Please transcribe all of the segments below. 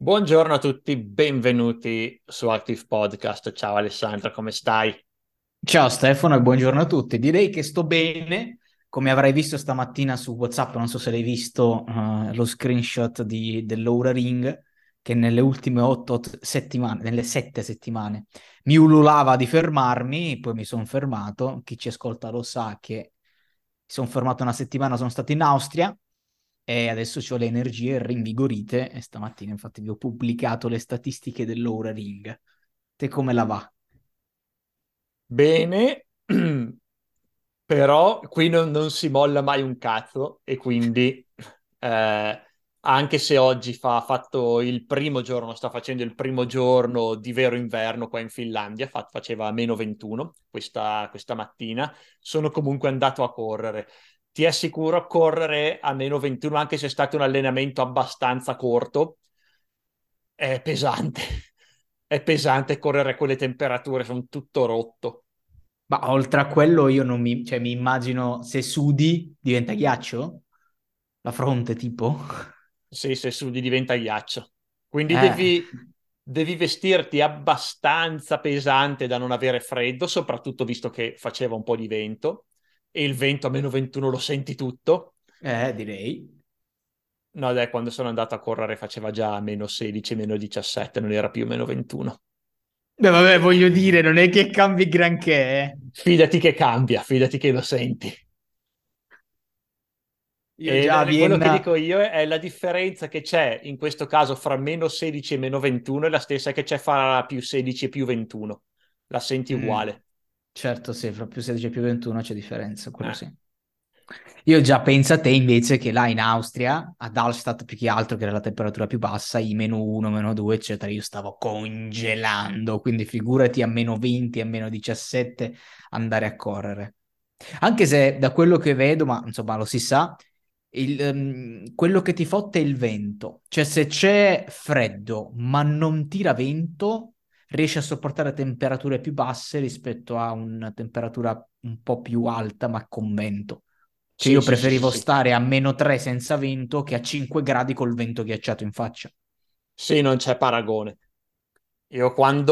Buongiorno a tutti, benvenuti su Active Podcast. Ciao Alessandra, come stai? Ciao Stefano e buongiorno a tutti. Direi che sto bene, come avrai visto stamattina su WhatsApp, non so se l'hai visto, lo screenshot dell'Oura Ring, che nelle ultime 8 settimane, nelle 7 settimane, mi ululava di fermarmi, poi mi sono fermato. Chi ci ascolta lo sa che mi sono fermato una settimana, sono stato in Austria e adesso ho le energie rinvigorite e stamattina infatti vi ho pubblicato le statistiche dell'Oura Ring. Te come la va? Bene, però qui non si molla mai un cazzo e quindi eh, anche se oggi ha fatto il primo giorno, sta facendo il primo giorno di vero inverno qua in Finlandia, faceva meno 21 questa mattina, sono comunque andato a correre. Ti assicuro, correre a meno 21, anche se è stato un allenamento abbastanza corto, è pesante. È pesante correre a quelle temperature, sono tutto rotto. Ma oltre a quello io non mi, cioè, mi immagino se sudi diventa ghiaccio? La fronte tipo? Sì, se sudi diventa ghiaccio. Quindi Eh, devi vestirti abbastanza pesante da non avere freddo, soprattutto visto che faceva un po' di vento e il vento a meno 21 lo senti tutto. direi. No, dai, quando sono andato a correre faceva già meno 16, meno 17, non era più meno 21. Beh, vabbè, voglio dire, non è che cambi granché, eh. Fidati che cambia, fidati che lo senti. Io già a Quello che Vienna. dico io è la differenza che c'è in questo caso fra meno 16 e meno 21 è la stessa che c'è fra più 16 e più 21. La senti Mm, uguale. certo, sì, fra più 16 e più 21 c'è differenza, quello Eh. sì. Io già penso a te invece che là in Austria, ad Hallstatt più che altro, che era la temperatura più bassa, i meno 1, meno 2, eccetera, io stavo congelando, quindi figurati a meno 20, a meno 17 andare a correre. Anche se da quello che vedo, ma insomma lo si sa, quello che ti fotte è il vento. Cioè se c'è freddo ma non tira vento, riesci a sopportare temperature più basse rispetto a una temperatura un po' più alta ma con vento. Cioè Sì, io sì, sì, sì, preferivo sì. stare a meno 3 senza vento che a 5 gradi col vento ghiacciato in faccia. Sì, non c'è paragone. Io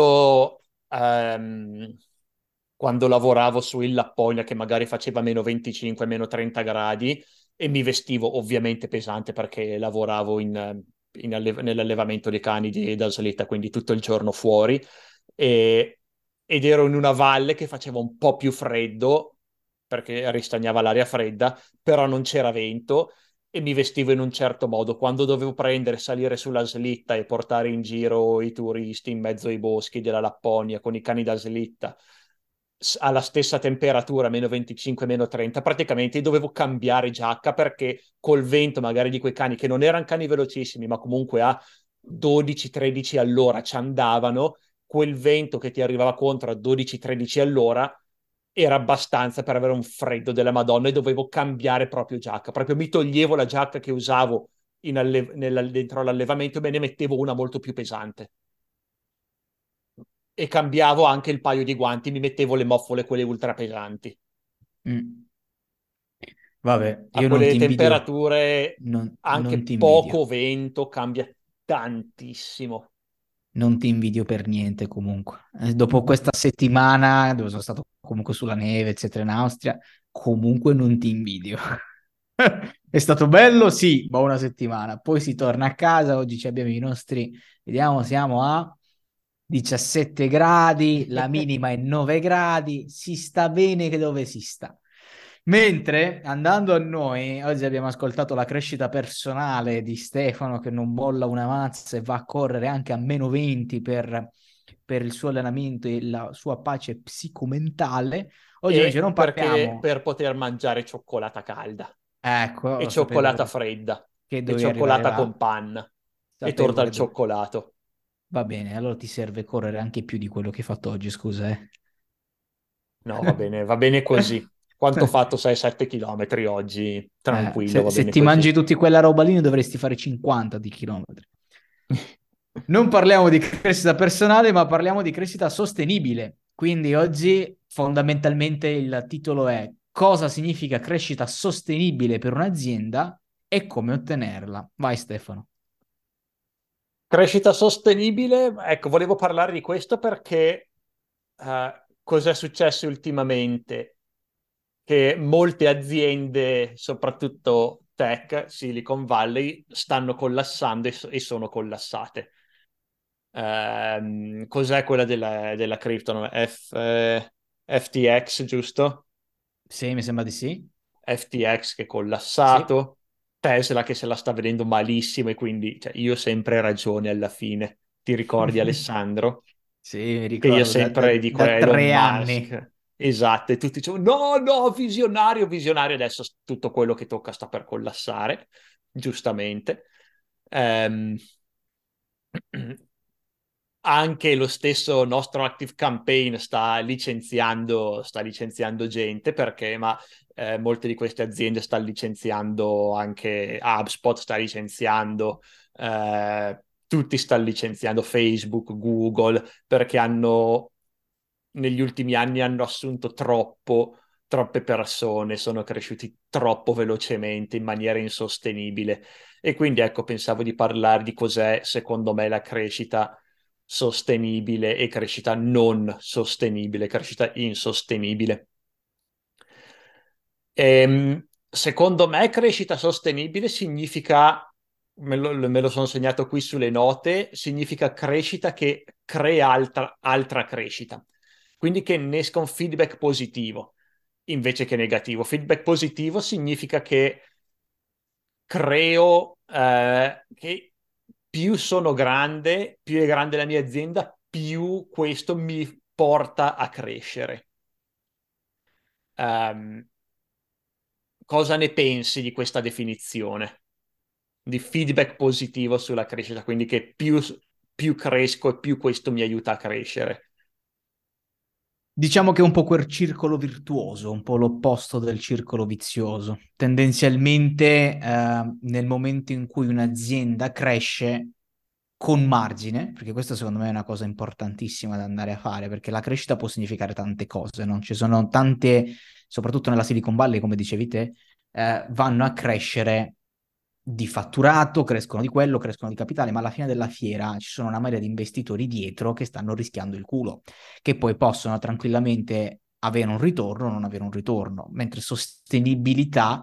quando lavoravo su in Lapponia, che magari faceva meno 25, meno 30 gradi, e mi vestivo ovviamente pesante perché lavoravo nell'allevamento dei cani da slitta, quindi tutto il giorno fuori, e- ed ero in una valle che faceva un po' più freddo perché ristagnava l'aria fredda, però non c'era vento e mi vestivo in un certo modo. Quando dovevo prendere, salire sulla slitta e portare in giro i turisti in mezzo ai boschi della Lapponia con i cani da slitta alla stessa temperatura, meno 25, meno 30, praticamente dovevo cambiare giacca perché col vento magari di quei cani che non erano cani velocissimi, ma comunque a 12-13 all'ora ci andavano, quel vento che ti arrivava contro a 12-13 all'ora era abbastanza per avere un freddo della Madonna e dovevo cambiare proprio giacca. Proprio mi toglievo la giacca che usavo dentro l'allevamento e me ne mettevo una molto più pesante. E cambiavo anche il paio di guanti, mi mettevo le moffole, quelle ultra pesanti. Mm. Vabbè, A io non quelle ti invidio, temperature non anche ti poco invidio. vento cambia tantissimo. Non ti invidio per niente comunque. Dopo questa settimana dove sono stato comunque sulla neve, eccetera, in Austria, comunque non ti invidio. È stato bello? Sì, ma una settimana. Poi si torna a casa, oggi ci abbiamo i nostri, vediamo, siamo a 17 gradi, la minima è 9 gradi, si sta bene che dove si sta. Mentre andando a noi, oggi abbiamo ascoltato la crescita personale di Stefano che non molla una mazza e va a correre anche a meno 20 per il suo allenamento e la sua pace psicomentale. Oggi invece E non perché parliamo. per poter mangiare cioccolata calda Ecco, e lo sapevo cioccolata fredda che e dovevi arrivare cioccolata là. con panna e Sapevo torta al che dovevi. cioccolato. Va bene, allora ti serve correre anche più di quello che hai fatto oggi, scusa, eh. No, va bene così. Quanto ho fatto? 6-7 chilometri oggi, tranquillo, Se, va se bene ti così. mangi tutti quella roba lì, ne dovresti fare 50 di chilometri. Non parliamo di crescita personale, ma parliamo di crescita sostenibile. Quindi oggi fondamentalmente il titolo è Cosa significa crescita sostenibile per un'azienda e come ottenerla. Vai Stefano. Crescita sostenibile, ecco, volevo parlare di questo perché cos'è successo ultimamente? Che molte aziende, soprattutto tech, Silicon Valley, stanno collassando e sono collassate. Cos'è quella della cripto? No? FTX, giusto? Sì, mi sembra di sì. FTX che è Sì. collassato, Tesla che se la sta vedendo malissimo e quindi cioè, io ho sempre ragione alla fine. Ti ricordi Alessandro? Sì, mi Che io ricordo sempre dico da Elon 3 anni. Musk. Esatto, e tutti dicevano no, no, visionario, visionario. Adesso tutto quello che tocca sta per collassare, giustamente. Ehm, Anche lo stesso nostro Active Campaign sta licenziando gente perché molte di queste aziende stanno licenziando, anche HubSpot sta licenziando, tutti stanno licenziando, Facebook, Google, perché negli ultimi anni hanno assunto troppe persone, sono cresciuti troppo velocemente in maniera insostenibile. E quindi ecco, pensavo di parlare di cos'è, secondo me, la crescita sostenibile e crescita non sostenibile, crescita insostenibile. Secondo me, crescita sostenibile significa, me lo sono segnato qui sulle note, significa crescita che crea altra crescita. Quindi che innesca un feedback positivo invece che negativo. Feedback positivo significa che creo che più sono grande, più è grande la mia azienda, più questo mi porta a crescere. Ehm, Cosa ne pensi di questa definizione? Di feedback positivo sulla crescita, quindi che più cresco e più questo mi aiuta a crescere. Diciamo che è un po' quel circolo virtuoso, un po' l'opposto del circolo vizioso. Tendenzialmente, nel momento in cui un'azienda cresce con margine, perché questo secondo me è una cosa importantissima da andare a fare, perché la crescita può significare tante cose, no? Ci sono tante, soprattutto nella Silicon Valley, come dicevi te, vanno a crescere di fatturato, crescono di quello, crescono di capitale, ma alla fine della fiera ci sono una marea di investitori dietro che stanno rischiando il culo, che poi possono tranquillamente avere un ritorno o non avere un ritorno, mentre sostenibilità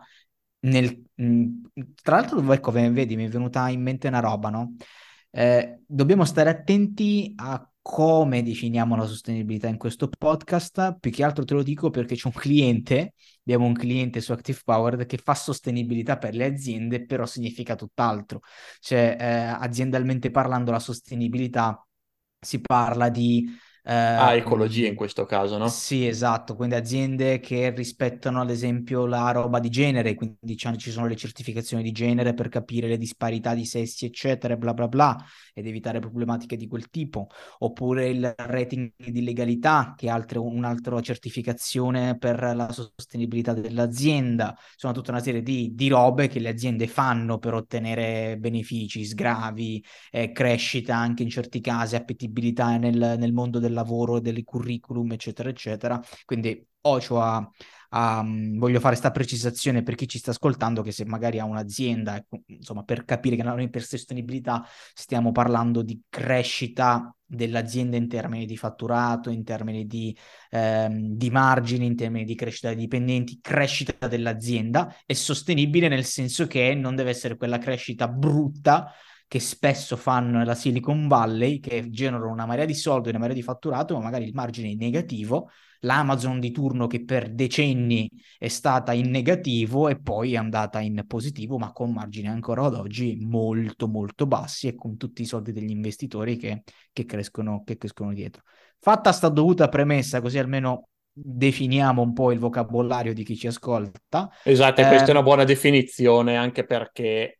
tra l'altro, ecco, vedi, mi è venuta in mente una roba, no? Dobbiamo stare attenti a come definiamo la sostenibilità in questo podcast. Più che altro te lo dico perché c'è un cliente, abbiamo un cliente su Active Powered che fa sostenibilità per le aziende, però significa tutt'altro. Cioè, aziendalmente parlando, la sostenibilità si parla di Ah, ecologia in ehm, questo caso, no? sì, esatto, quindi aziende che rispettano ad esempio la roba di genere, quindi ci sono le certificazioni di genere per capire le disparità di sessi, eccetera, bla bla bla, ed evitare problematiche di quel tipo, oppure il rating di legalità, che è un'altra certificazione per la sostenibilità dell'azienda. Sono tutta una serie di robe che le aziende fanno per ottenere benefici, sgravi, crescita anche in certi casi, appetibilità nel mondo del lavoro, del curriculum, eccetera, eccetera. Quindi voglio fare questa precisazione per chi ci sta ascoltando, che se magari ha un'azienda, insomma, per capire che noi per sostenibilità stiamo parlando di crescita dell'azienda in termini di fatturato, in termini di margini, in termini di crescita dei dipendenti, crescita dell'azienda è sostenibile nel senso che non deve essere quella crescita brutta che spesso fanno nella Silicon Valley, che generano una marea di soldi, una marea di fatturato, ma magari il margine è negativo. L'Amazon di turno che per decenni è stata in negativo e poi è andata in positivo, ma con margini ancora ad oggi molto molto bassi e con tutti i soldi degli investitori che crescono dietro. Fatta sta dovuta premessa, così almeno definiamo un po' il vocabolario di chi ci ascolta. Esatto, e questa è una Ehm, buona definizione anche perché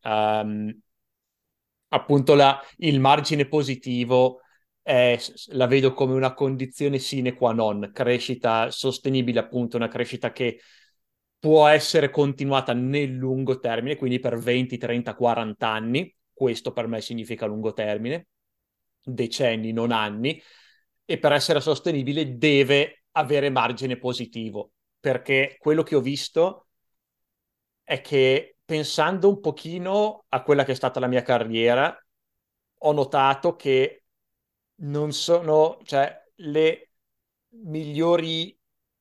appunto il margine positivo la vedo come una condizione sine qua non, crescita sostenibile, appunto, una crescita che può essere continuata nel lungo termine, quindi per 20, 30, 40 anni. Questo per me significa lungo termine, decenni, non anni, e per essere sostenibile deve avere margine positivo, perché quello che ho visto è che pensando un pochino a quella che è stata la mia carriera, ho notato che non sono, cioè, le migliori,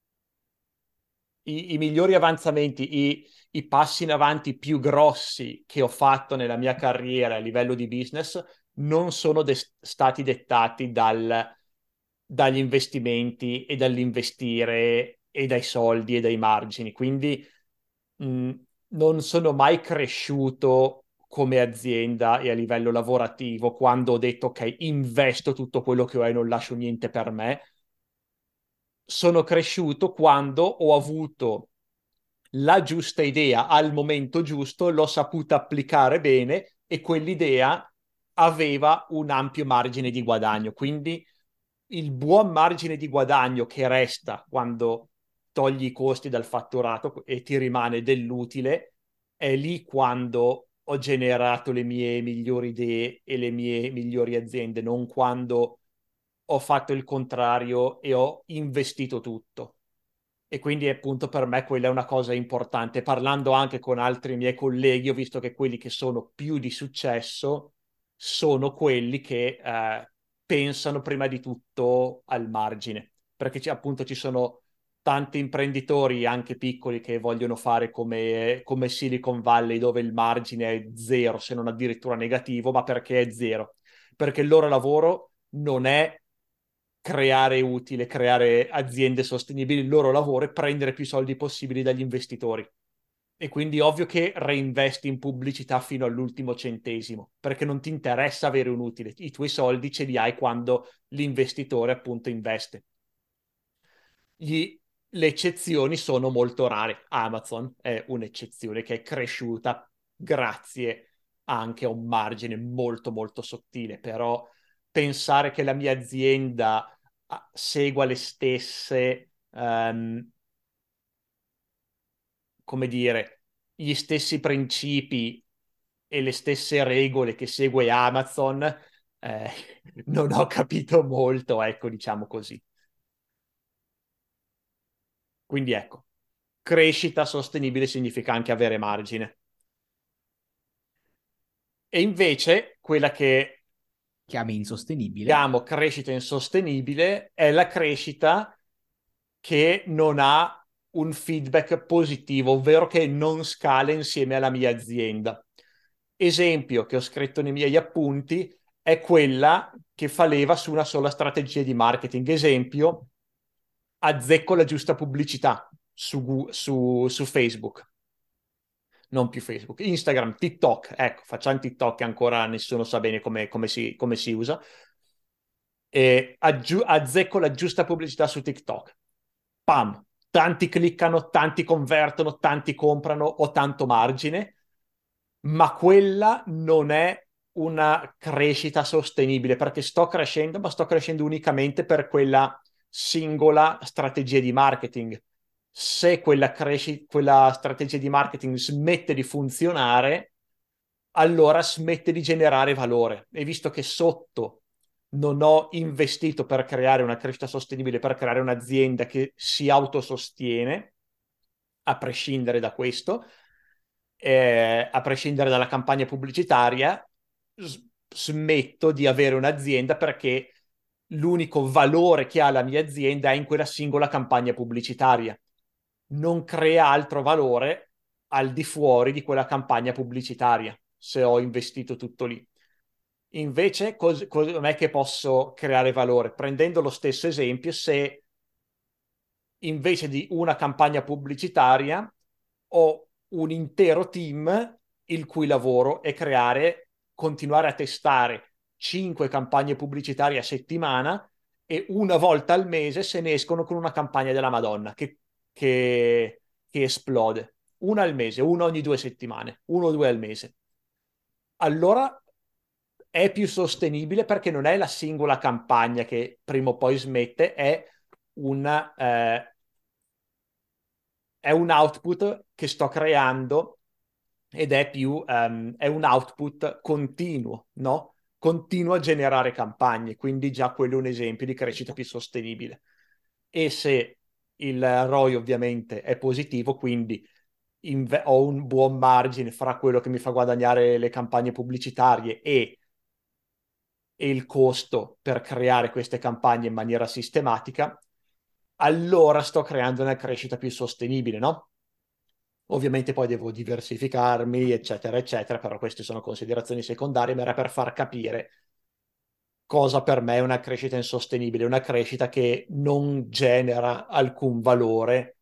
i migliori avanzamenti, i passi in avanti più grossi che ho fatto nella mia carriera a livello di business non sono stati dettati dagli investimenti e dall'investire e dai soldi e dai margini. Quindi mh, non sono mai cresciuto come azienda e a livello lavorativo quando ho detto ok, investo tutto quello che ho e non lascio niente per me. Sono cresciuto quando ho avuto la giusta idea al momento giusto, l'ho saputa applicare bene e quell'idea aveva un ampio margine di guadagno. Quindi il buon margine di guadagno che resta quando togli i costi dal fatturato e ti rimane dell'utile, è lì quando ho generato le mie migliori idee e le mie migliori aziende, non quando ho fatto il contrario e ho investito tutto. E quindi appunto per me quella è una cosa importante. Parlando anche con altri miei colleghi, ho visto che quelli che sono più di successo sono quelli che pensano prima di tutto al margine, perché appunto ci sono tanti imprenditori, anche piccoli, che vogliono fare come Silicon Valley, dove il margine è zero, se non addirittura negativo, ma perché è zero? Perché il loro lavoro non è creare utile, creare aziende sostenibili, il loro lavoro è prendere più soldi possibili dagli investitori. E quindi ovvio che reinvesti in pubblicità fino all'ultimo centesimo, perché non ti interessa avere un utile, i tuoi soldi ce li hai quando l'investitore appunto investe. Gli- le eccezioni sono molto rare. Amazon è un'eccezione che è cresciuta grazie anche a un margine molto molto sottile, però pensare che la mia azienda segua le stesse, come dire, gli stessi principi e le stesse regole che segue Amazon, eh, non ho capito molto, ecco, diciamo così. Quindi ecco, crescita sostenibile significa anche avere margine. E invece quella che Chiami insostenibile. chiamo crescita insostenibile è la crescita che non ha un feedback positivo, ovvero che non scala insieme alla mia azienda. Esempio che ho scritto nei miei appunti è quella che fa leva su una sola strategia di marketing. Esempio, azzecco la giusta pubblicità su Facebook, non più Facebook, Instagram, TikTok. Ecco, facciamo TikTok che ancora nessuno sa bene come si usa. E azzecco la giusta pubblicità su TikTok. Pam, tanti cliccano, tanti convertono, tanti comprano, ho tanto margine, ma quella non è una crescita sostenibile perché sto crescendo, ma sto crescendo unicamente per quella singola strategia di marketing. Se quella strategia di marketing smette di funzionare, allora smette di generare valore. E visto che sotto non ho investito per creare una crescita sostenibile, per creare un'azienda che si autosostiene, a prescindere da questo, a prescindere dalla campagna pubblicitaria, smetto di avere un'azienda perché l'unico valore che ha la mia azienda è in quella singola campagna pubblicitaria. Non crea altro valore al di fuori di quella campagna pubblicitaria, se ho investito tutto lì. Invece, com'è che posso creare valore? Prendendo lo stesso esempio, se invece di una campagna pubblicitaria ho un intero team il cui lavoro è continuare a testare 5 campagne pubblicitarie a settimana e una volta al mese se ne escono con una campagna della Madonna che esplode. Una al mese, una ogni 2 settimane, uno o due al mese. Allora è più sostenibile perché non è la singola campagna che prima o poi smette, una, eh, è un output che sto creando ed è un output continuo, no? Continuo a generare campagne, quindi già quello è un esempio di crescita più sostenibile. E se il ROI ovviamente è positivo, quindi ho un buon margine fra quello che mi fa guadagnare le campagne pubblicitarie e e il costo per creare queste campagne in maniera sistematica, allora sto creando una crescita più sostenibile, no? Ovviamente poi devo diversificarmi, eccetera, eccetera, però queste sono considerazioni secondarie, ma era per far capire cosa per me è una crescita insostenibile, una crescita che non genera alcun valore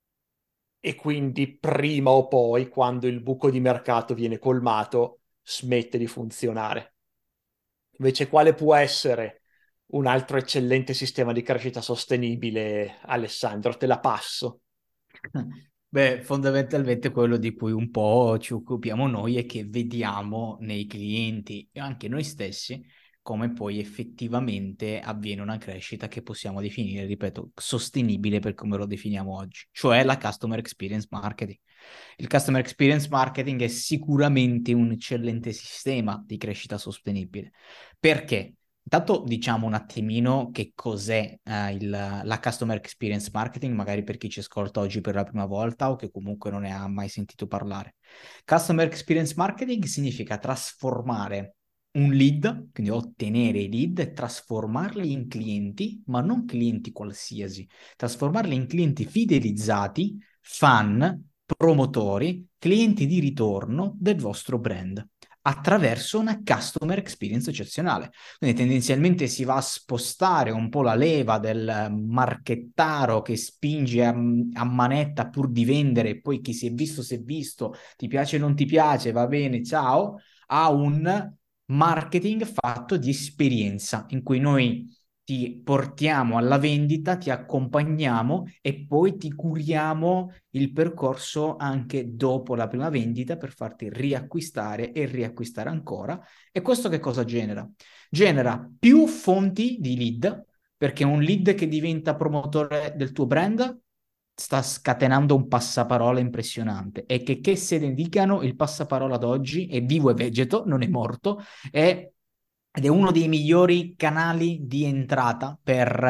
e quindi prima o poi, quando il buco di mercato viene colmato, smette di funzionare. Invece, quale può essere un altro eccellente sistema di crescita sostenibile, Alessandro? Te la passo. Beh, fondamentalmente quello di cui un po' ci occupiamo noi è che vediamo nei clienti e anche noi stessi come poi effettivamente avviene una crescita che possiamo definire, ripeto, sostenibile per come lo definiamo oggi, cioè la Customer Experience Marketing. Il Customer Experience Marketing è sicuramente un eccellente sistema di crescita sostenibile. Perché? Intanto diciamo un attimino che cos'è la Customer Experience Marketing, magari per chi ci ascolta oggi per la prima volta o che comunque non ne ha mai sentito parlare. Customer Experience Marketing significa trasformare un lead, quindi ottenere i lead e trasformarli in clienti, ma non clienti qualsiasi, trasformarli in clienti fidelizzati, fan, promotori, clienti di ritorno del vostro brand attraverso una customer experience eccezionale. Quindi tendenzialmente si va a spostare un po' la leva del marchettaro che spinge a manetta pur di vendere e poi chi si è visto si è visto, ti piace o non ti piace, va bene, ciao, a un marketing fatto di esperienza in cui noi ti portiamo alla vendita, ti accompagniamo e poi ti curiamo il percorso anche dopo la prima vendita per farti riacquistare e riacquistare ancora. E questo che cosa genera? Genera più fonti di lead, perché un lead che diventa promotore del tuo brand sta scatenando un passaparola impressionante e che se ne dicano il passaparola ad oggi è vivo e vegeto, non è morto, ed è uno dei migliori canali di entrata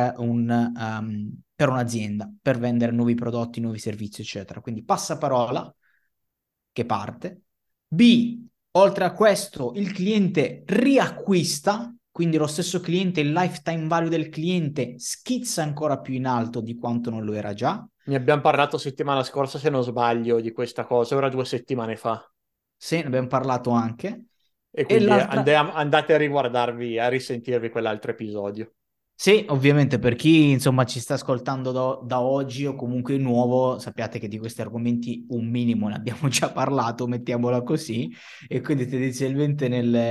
per un'azienda, per vendere nuovi prodotti, nuovi servizi, eccetera. Quindi passaparola che parte. B, oltre a questo, il cliente riacquista, quindi lo stesso cliente, il lifetime value del cliente schizza ancora più in alto di quanto non lo era già. Ne abbiamo parlato settimana scorsa, se non sbaglio, di questa cosa, ora 2 settimane fa. Se ne abbiamo parlato anche. E E quindi l'altra, andate a riguardarvi, a risentirvi quell'altro episodio. sì, ovviamente per chi insomma ci sta ascoltando da oggi o comunque è nuovo, sappiate che di questi argomenti un minimo ne abbiamo già parlato, mettiamola così, e quindi tendenzialmente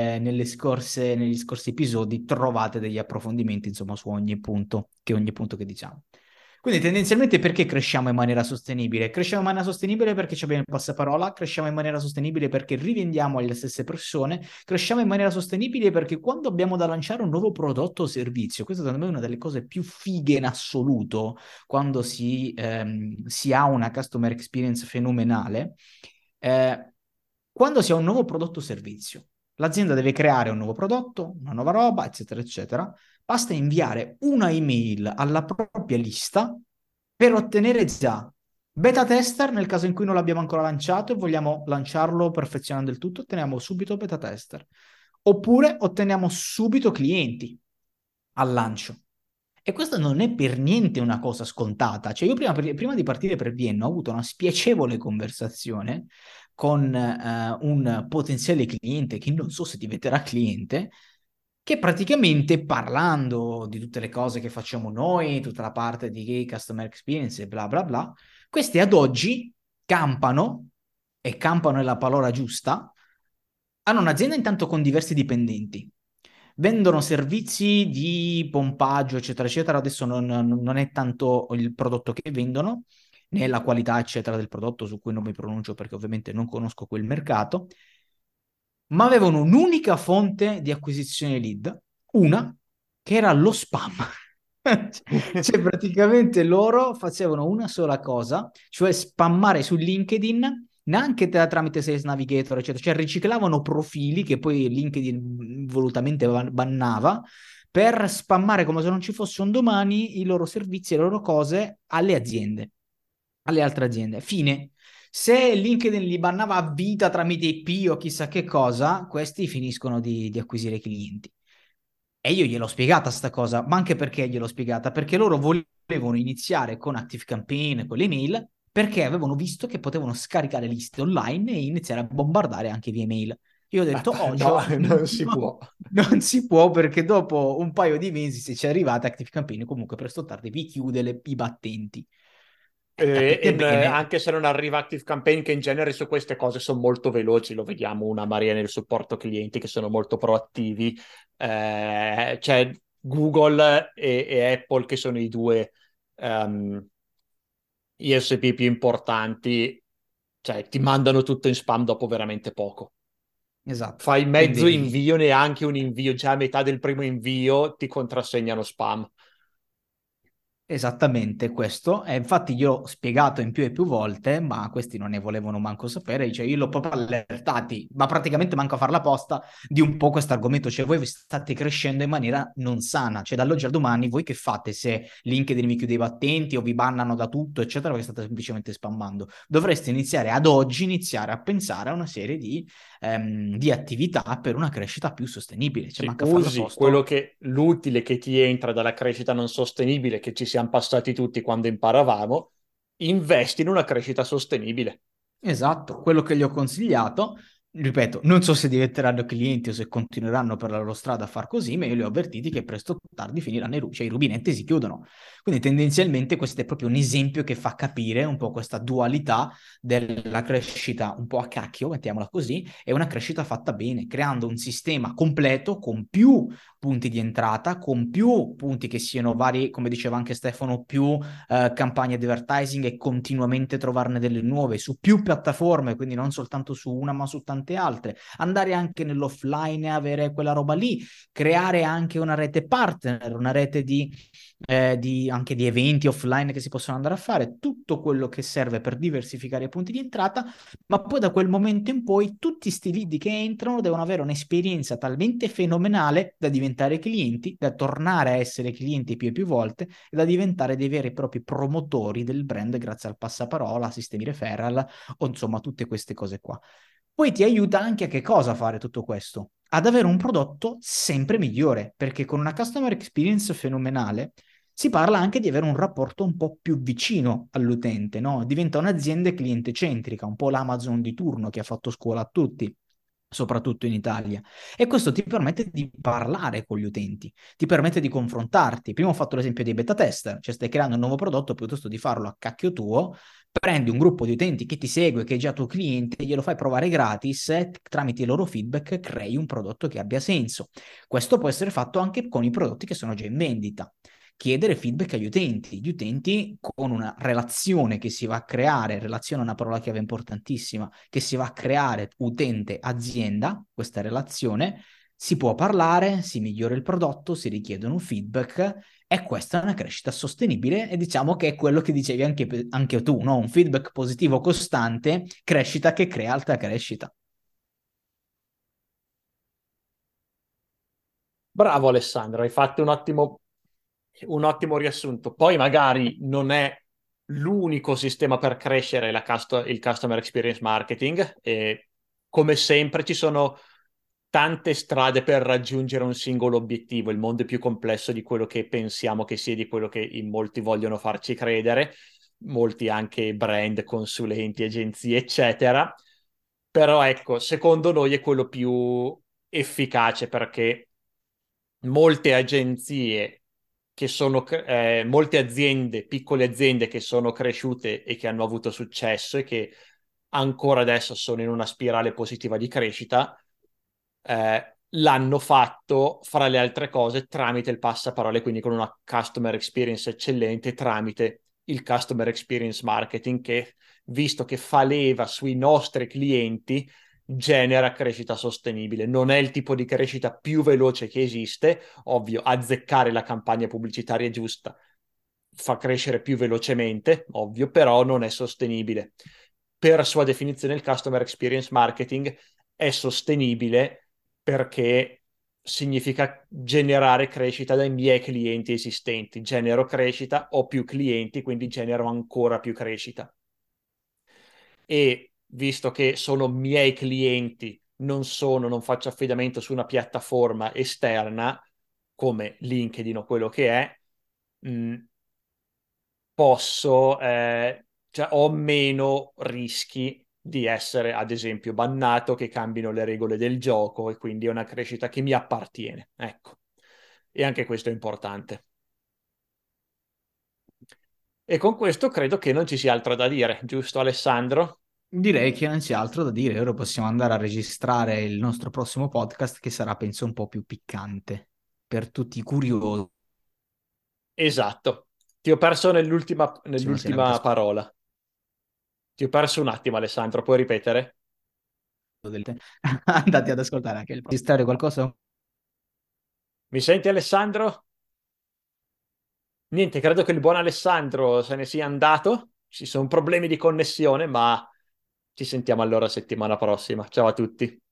negli scorsi episodi trovate degli approfondimenti insomma su ogni punto che diciamo. Quindi tendenzialmente perché cresciamo in maniera sostenibile? Cresciamo in maniera sostenibile perché abbiamo il passaparola, cresciamo in maniera sostenibile perché rivendiamo alle stesse persone, cresciamo in maniera sostenibile perché quando abbiamo da lanciare un nuovo prodotto o servizio, questa secondo me è una delle cose più fighe in assoluto quando si ha una customer experience fenomenale, eh, quando si ha un nuovo prodotto o servizio. L'azienda deve creare un nuovo prodotto, una nuova roba, eccetera, eccetera. Basta inviare una email alla propria lista per ottenere già beta tester nel caso in cui non l'abbiamo ancora lanciato e vogliamo lanciarlo perfezionando il tutto, otteniamo subito beta tester. Oppure otteniamo subito clienti al lancio. E questa non è per niente una cosa scontata. Cioè io prima di partire per Vienna ho avuto una spiacevole conversazione con un potenziale cliente che non so se diventerà cliente, che praticamente parlando di tutte le cose che facciamo noi, tutta la parte di customer experience e bla bla bla, questi ad oggi campano, e campano è la parola giusta, hanno un'azienda intanto con diversi dipendenti, vendono servizi di pompaggio, eccetera, eccetera. Adesso non è tanto il prodotto che vendono, né la qualità, eccetera, del prodotto, su cui non mi pronuncio perché ovviamente non conosco quel mercato, ma avevano un'unica fonte di acquisizione lead, una che era lo spam. Cioè, praticamente loro facevano una sola cosa, cioè spammare su LinkedIn, neanche tramite Sales Navigator, eccetera, cioè riciclavano profili che poi LinkedIn volutamente bannava per spammare come se non ci fosse un domani i loro servizi e le loro cose alle aziende, alle altre aziende. Fine. Se LinkedIn li bannava a vita tramite IP o chissà che cosa, questi finiscono di acquisire clienti. E io gliel'ho spiegata sta cosa, ma anche perché gliel'ho spiegata? Perché loro volevano iniziare con ActiveCampaign, con le email, perché avevano visto che potevano scaricare liste online e iniziare a bombardare anche via email. Io ho detto, No, Ocio, non si può. non si può perché dopo un paio di mesi, se ci arrivate, ActiveCampaign comunque presto o tardi vi chiude i battenti. Capite bene. Anche se non arriva Active Campaign, che in genere su queste cose sono molto veloci, lo vediamo una marea nel supporto clienti che sono molto proattivi. C'è Google e Apple che sono i due ISP più importanti, cioè ti mandano tutto in spam dopo veramente poco. Esatto. Fai mezzo Quindi invio, neanche un invio, già a metà del primo invio ti contrassegnano spam. esattamente questo, e infatti io ho spiegato in più e più volte, ma questi non ne volevano manco sapere, dice io l'ho proprio allertati, ma praticamente manco a far la posta di un po' questo argomento, cioè voi state crescendo in maniera non sana, cioè dall'oggi al domani voi che fate se LinkedIn vi chiude i battenti o vi bannano da tutto, eccetera, perché state semplicemente spammando. Dovreste iniziare ad oggi, iniziare a pensare a una serie di attività per una crescita più sostenibile, cioè Sì, manca a farla usi quello tosto. che l'utile che ti entra dalla crescita non sostenibile, che ci siamo passati tutti quando imparavamo, investi in una crescita sostenibile. Esatto, quello che gli ho consigliato, ripeto, non so se diventeranno clienti o se continueranno per la loro strada a far così, ma io li ho avvertiti che presto o tardi finiranno cioè i rubinetti si chiudono. Quindi tendenzialmente questo è proprio un esempio che fa capire un po' questa dualità della crescita un po' a cacchio, mettiamola così, e una crescita fatta bene, creando un sistema completo con più punti di entrata, con più punti che siano vari, come diceva anche Stefano, più campagne di advertising e continuamente trovarne delle nuove su più piattaforme, quindi non soltanto su una ma su tante altre, andare anche nell'offline e avere quella roba lì, creare anche una rete partner, una rete anche di eventi offline che si possono andare a fare, tutto quello che serve per diversificare i punti di entrata, ma poi da quel momento in poi tutti sti lead che entrano devono avere un'esperienza talmente fenomenale da diventare clienti, da tornare a essere clienti più e più volte e da diventare dei veri e propri promotori del brand grazie al passaparola, sistemi referral o insomma tutte queste cose qua. Poi ti aiuta anche a che cosa fare tutto questo? Ad avere un prodotto sempre migliore, perché con una customer experience fenomenale si parla anche di avere un rapporto un po' più vicino all'utente, no? Diventa un'azienda cliente centrica, un po' l'Amazon di turno che ha fatto scuola a tutti, soprattutto in Italia. E questo ti permette di parlare con gli utenti, ti permette di confrontarti. Prima ho fatto l'esempio dei beta tester, cioè stai creando un nuovo prodotto piuttosto di farlo a cacchio tuo, prendi un gruppo di utenti che ti segue, che è già tuo cliente, glielo fai provare gratis e tramite i loro feedback crei un prodotto che abbia senso. Questo può essere fatto anche con i prodotti che sono già in vendita. Chiedere feedback agli utenti, gli utenti con una relazione che si va a creare, relazione è una parola chiave importantissima, che si va a creare utente-azienda, questa relazione, si può parlare, si migliora il prodotto, si richiedono feedback e questa è una crescita sostenibile e diciamo che è quello che dicevi anche tu, no? Un feedback positivo costante, crescita che crea alta crescita. Bravo Alessandro, hai fatto un ottimo riassunto. Poi magari non è l'unico sistema per crescere il customer experience marketing e come sempre ci sono tante strade per raggiungere un singolo obiettivo. Il mondo è più complesso di quello che pensiamo che sia, di quello che in molti vogliono farci credere, molti anche brand, consulenti, agenzie, eccetera. Però ecco, secondo noi è quello più efficace perché molte agenzie molte aziende, piccole aziende che sono cresciute e che hanno avuto successo e che ancora adesso sono in una spirale positiva di crescita, l'hanno fatto fra le altre cose tramite il passaparole, quindi con una customer experience eccellente, tramite il customer experience marketing che, visto che fa leva sui nostri clienti, genera crescita sostenibile. Non è il tipo di crescita più veloce che esiste, ovvio, azzeccare la campagna pubblicitaria giusta fa crescere più velocemente, ovvio, però non è sostenibile. Per sua definizione, il customer experience marketing è sostenibile perché significa generare crescita dai miei clienti esistenti. Genero crescita, ho più clienti, quindi genero ancora più crescita. E visto che sono miei clienti, non faccio affidamento su una piattaforma esterna, come LinkedIn o quello che è, mh, posso, cioè ho meno rischi di essere, ad esempio, bannato, che cambino le regole del gioco, e quindi è una crescita che mi appartiene. Ecco, e anche questo è importante. E con questo credo che non ci sia altro da dire, giusto Alessandro? Direi che non c'è altro da dire, ora possiamo andare a registrare il nostro prossimo podcast che sarà, penso, un po' più piccante per tutti i curiosi. Esatto. Ti ho perso Se l'avete nell'ultima parola. Ti ho perso un attimo, Alessandro, puoi ripetere? andate ad ascoltare anche il registrare qualcosa. Mi senti, Alessandro? Niente, credo che il buon Alessandro se ne sia andato. Ci sono problemi di connessione, ma ci sentiamo allora settimana prossima. Ciao a tutti.